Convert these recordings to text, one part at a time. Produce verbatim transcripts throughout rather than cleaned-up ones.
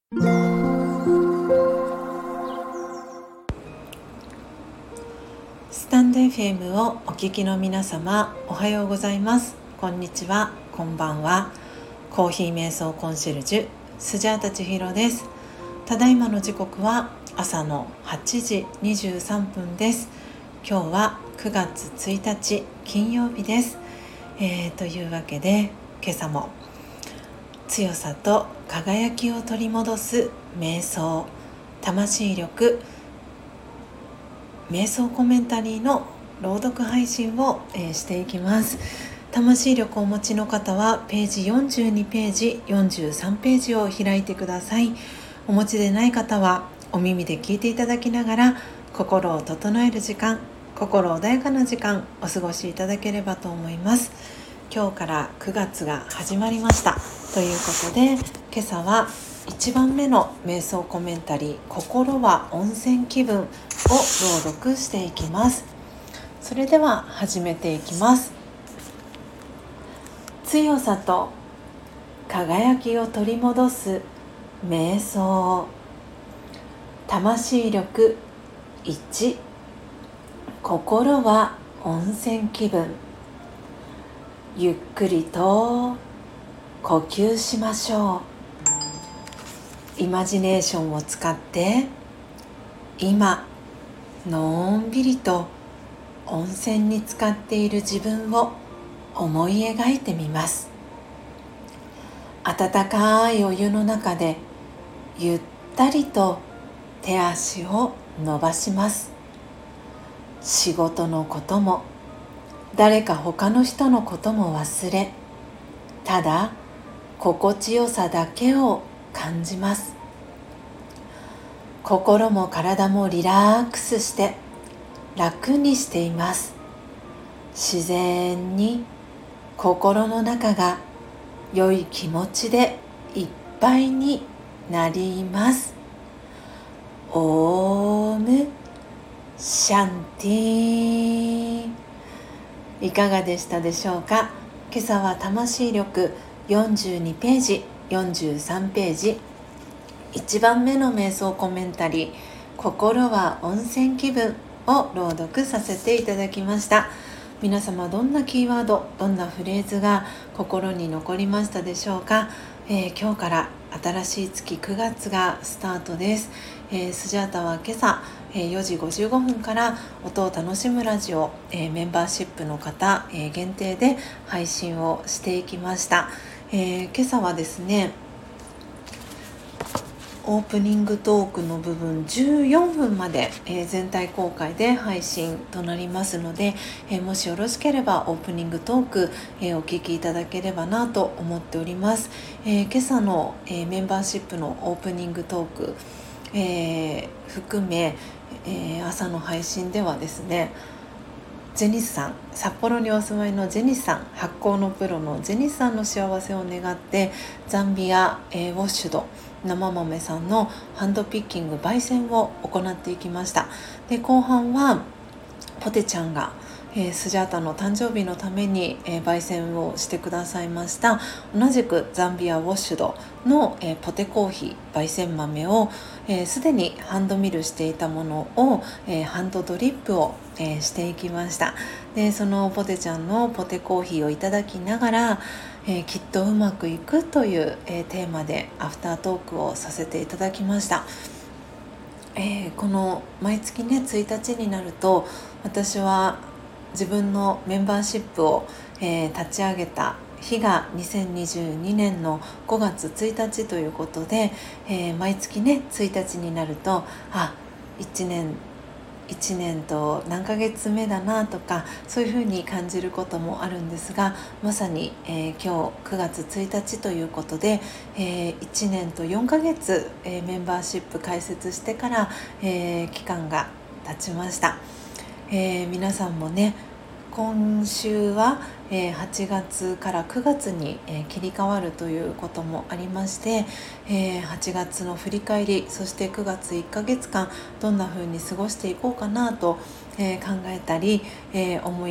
スタンド エフエム をお聞きの皆様、おはようございます。こんにちは、こんばんは。コーヒー瞑想コンシェルジュスジャータ千尋です。ただいまの時刻は朝のはちじにじゅうさんぷんです。今日はくがつついたち金曜日です。えー、というわけで今朝も強さと輝きを取り戻す瞑想、魂力瞑想コメンタリーの朗読配信を、えー、していきます。魂力をお持ちの方はページよんじゅうにページ、よんじゅうさんページを開いてください。お持ちでない方はお耳で聞いていただきながら心を整える時間、心穏やかな時間お過ごしいただければと思います。今日からくがつが始まりましたということで、今朝はいちばんめの瞑想コメンタリー、心は温泉気分を朗読していきます。それでは始めていきます。強さと輝きを取り戻す瞑想、魂力いち、心は温泉気分。ゆっくりと呼吸しましょう。イマジネーションを使って今のんびりと温泉に浸かっている自分を思い描いてみます。温かいお湯の中でゆったりと手足を伸ばします。仕事のことも誰か他の人のことも忘れ、ただ心地よさだけを感じます。心も体もリラックスして楽にしています。自然に心の中が良い気持ちでいっぱいになります。オームシャンティ。いかがでしたでしょうか。今朝は魂力よんじゅうにページ、よんじゅうさんページ、いちばんめの瞑想コメンタリー、心は温泉気分を朗読させていただきました。皆様どんなキーワード、どんなフレーズが心に残りましたでしょうか。えー、今日から新しい月くがつがスタートです。えー、スジャータは今朝、えー、よじごじゅうごふんから音を楽しむラジオ、えー、メンバーシップの方、えー、限定で配信をしていきました。えー、今朝はですね、オープニングトークの部分じゅうよんふんまで、えー、全体公開で配信となりますので、えー、もしよろしければオープニングトーク、えー、お聞きいただければなと思っております。えー、今朝の、えー、メンバーシップのオープニングトーク、えー、含め、えー、朝の配信ではですね、ジェニスさん、札幌にお住まいのジェニスさん、発酵のプロのジェニスさんの幸せを願ってザンビア、えー、ウォッシュド生豆さんのハンドピッキング焙煎を行っていきました。で、後半はポテちゃんが、えー、スジャータの誕生日のために、えー、焙煎をしてくださいました同じくザンビアウォッシュドの、えー、ポテコーヒー焙煎豆をすで、えー、にハンドミルしていたものを、えー、ハンドドリップを、えー、していきました。で、そのポテちゃんのポテコーヒーをいただきながら、えー、きっとうまくいくという、えー、テーマでアフタートークをさせていただきました。えー、この毎月ねついたちになると、私は自分のメンバーシップを、えー、立ち上げた日がにせんにじゅうにねんのごがつついたちということで、えー、毎月ねついたちになると、あ、いちねんいちねんと何ヶ月目だなとか、そういうふうに感じることもあるんですが、まさに、えー、今日くがつついたちということで、えー、いちねんとよんかげつ、えー、メンバーシップ開設してから、えー、期間が経ちました。えー、皆さんもね、今週は、えー、はちがつからくがつに、えー、切り替わるということもありまして、えー、はちがつの振り返り、そしてくがついっかげつかんどんな風に過ごしていこうかなと、えー、考えたり、えー、思い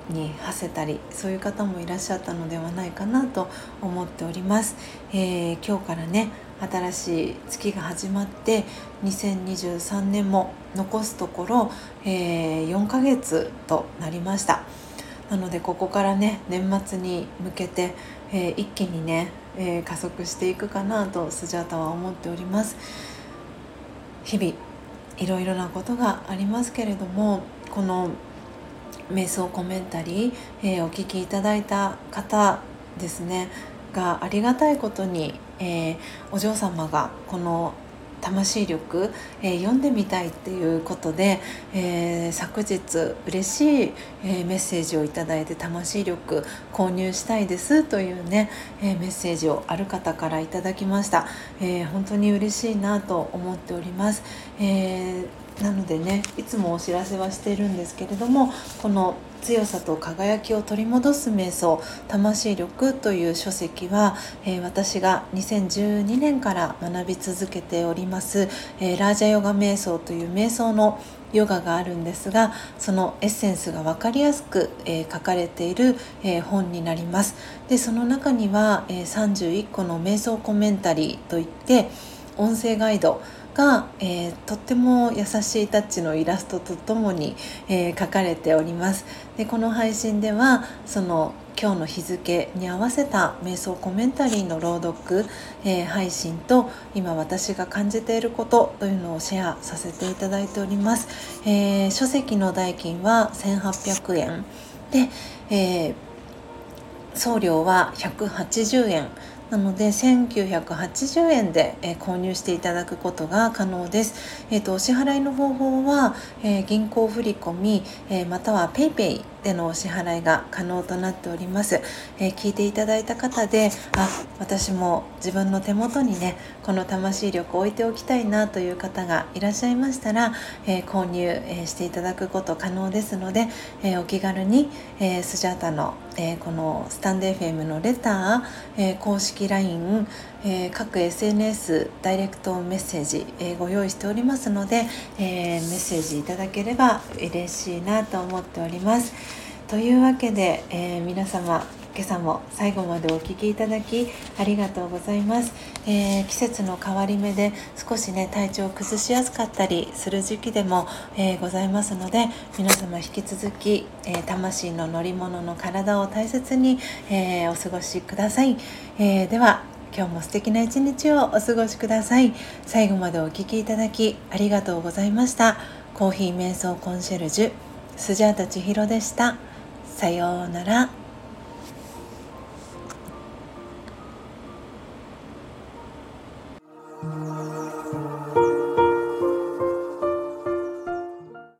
に馳せたり、そういう方もいらっしゃったのではないかなと思っております。えー、今日からね新しい月が始まってにせんにじゅうさんねんも残すところ、えー、よんかげつとなりました。なのでここからね年末に向けて、えー、一気にね、えー、加速していくかなとスジャータは思っております。日々いろいろなことがありますけれども、この瞑想コメンタリー、えー、お聞きいただいた方ですねがありがたいことに、えー、お嬢様がこの魂力、えー、読んでみたいっていうことで、えー、昨日嬉しい、えー、メッセージをいただいて、魂力購入したいですというね、えー、メッセージをある方からいただきました。えー、本当に嬉しいなと思っております。えーなのでね、いつもお知らせはしているんですけれども、この強さと輝きを取り戻す瞑想魂力という書籍は、えー、私がにせんじゅうにねんから学び続けております、えー、ラージャヨガ瞑想という瞑想のヨガがあるんですが、そのエッセンスが分かりやすく、えー、書かれている、えー、本になります。でその中には、えー、さんじゅういっこの瞑想コメンタリーといって音声ガイドが、えー、とっても優しいタッチのイラストとともに、えー、書かれております。でこの配信ではその今日の日付に合わせた瞑想コメンタリーの朗読、えー、配信と今私が感じていることというのをシェアさせていただいております。えー、書籍の代金はせんはっぴゃくえんで、えー、送料はひゃくはちじゅうえんなのでせんきゅうひゃくはちじゅうえんで、えー、購入していただくことが可能です。えーと、お支払いの方法は、えー、銀行振込、えー、または PayPay でのお支払いが可能となっております。えー、聞いていただいた方で、あ、私も自分の手元にねこの魂力を置いておきたいなという方がいらっしゃいましたら、えー、購入、えー、していただくこと可能ですので、えー、お気軽に、えー、スジャータの、えー、このスタンド エフエム のレター、えー、公式 ライン、えー、各 エスエヌエス ダイレクトメッセージ、えー、ご用意しておりますので、えー、メッセージいただければ嬉しいなと思っております。というわけで、えー、皆様今朝も最後までお聞きいただきありがとうございます。えー、季節の変わり目で少しね体調を崩しやすかったりする時期でも、えー、ございますので、皆様引き続き、えー、魂の乗り物の体を大切に、えー、お過ごしください。えー、では今日も素敵な一日をお過ごしください。最後までお聞きいただきありがとうございました。コーヒー瞑想コンシェルジュスジャータ千尋でした。さようなら。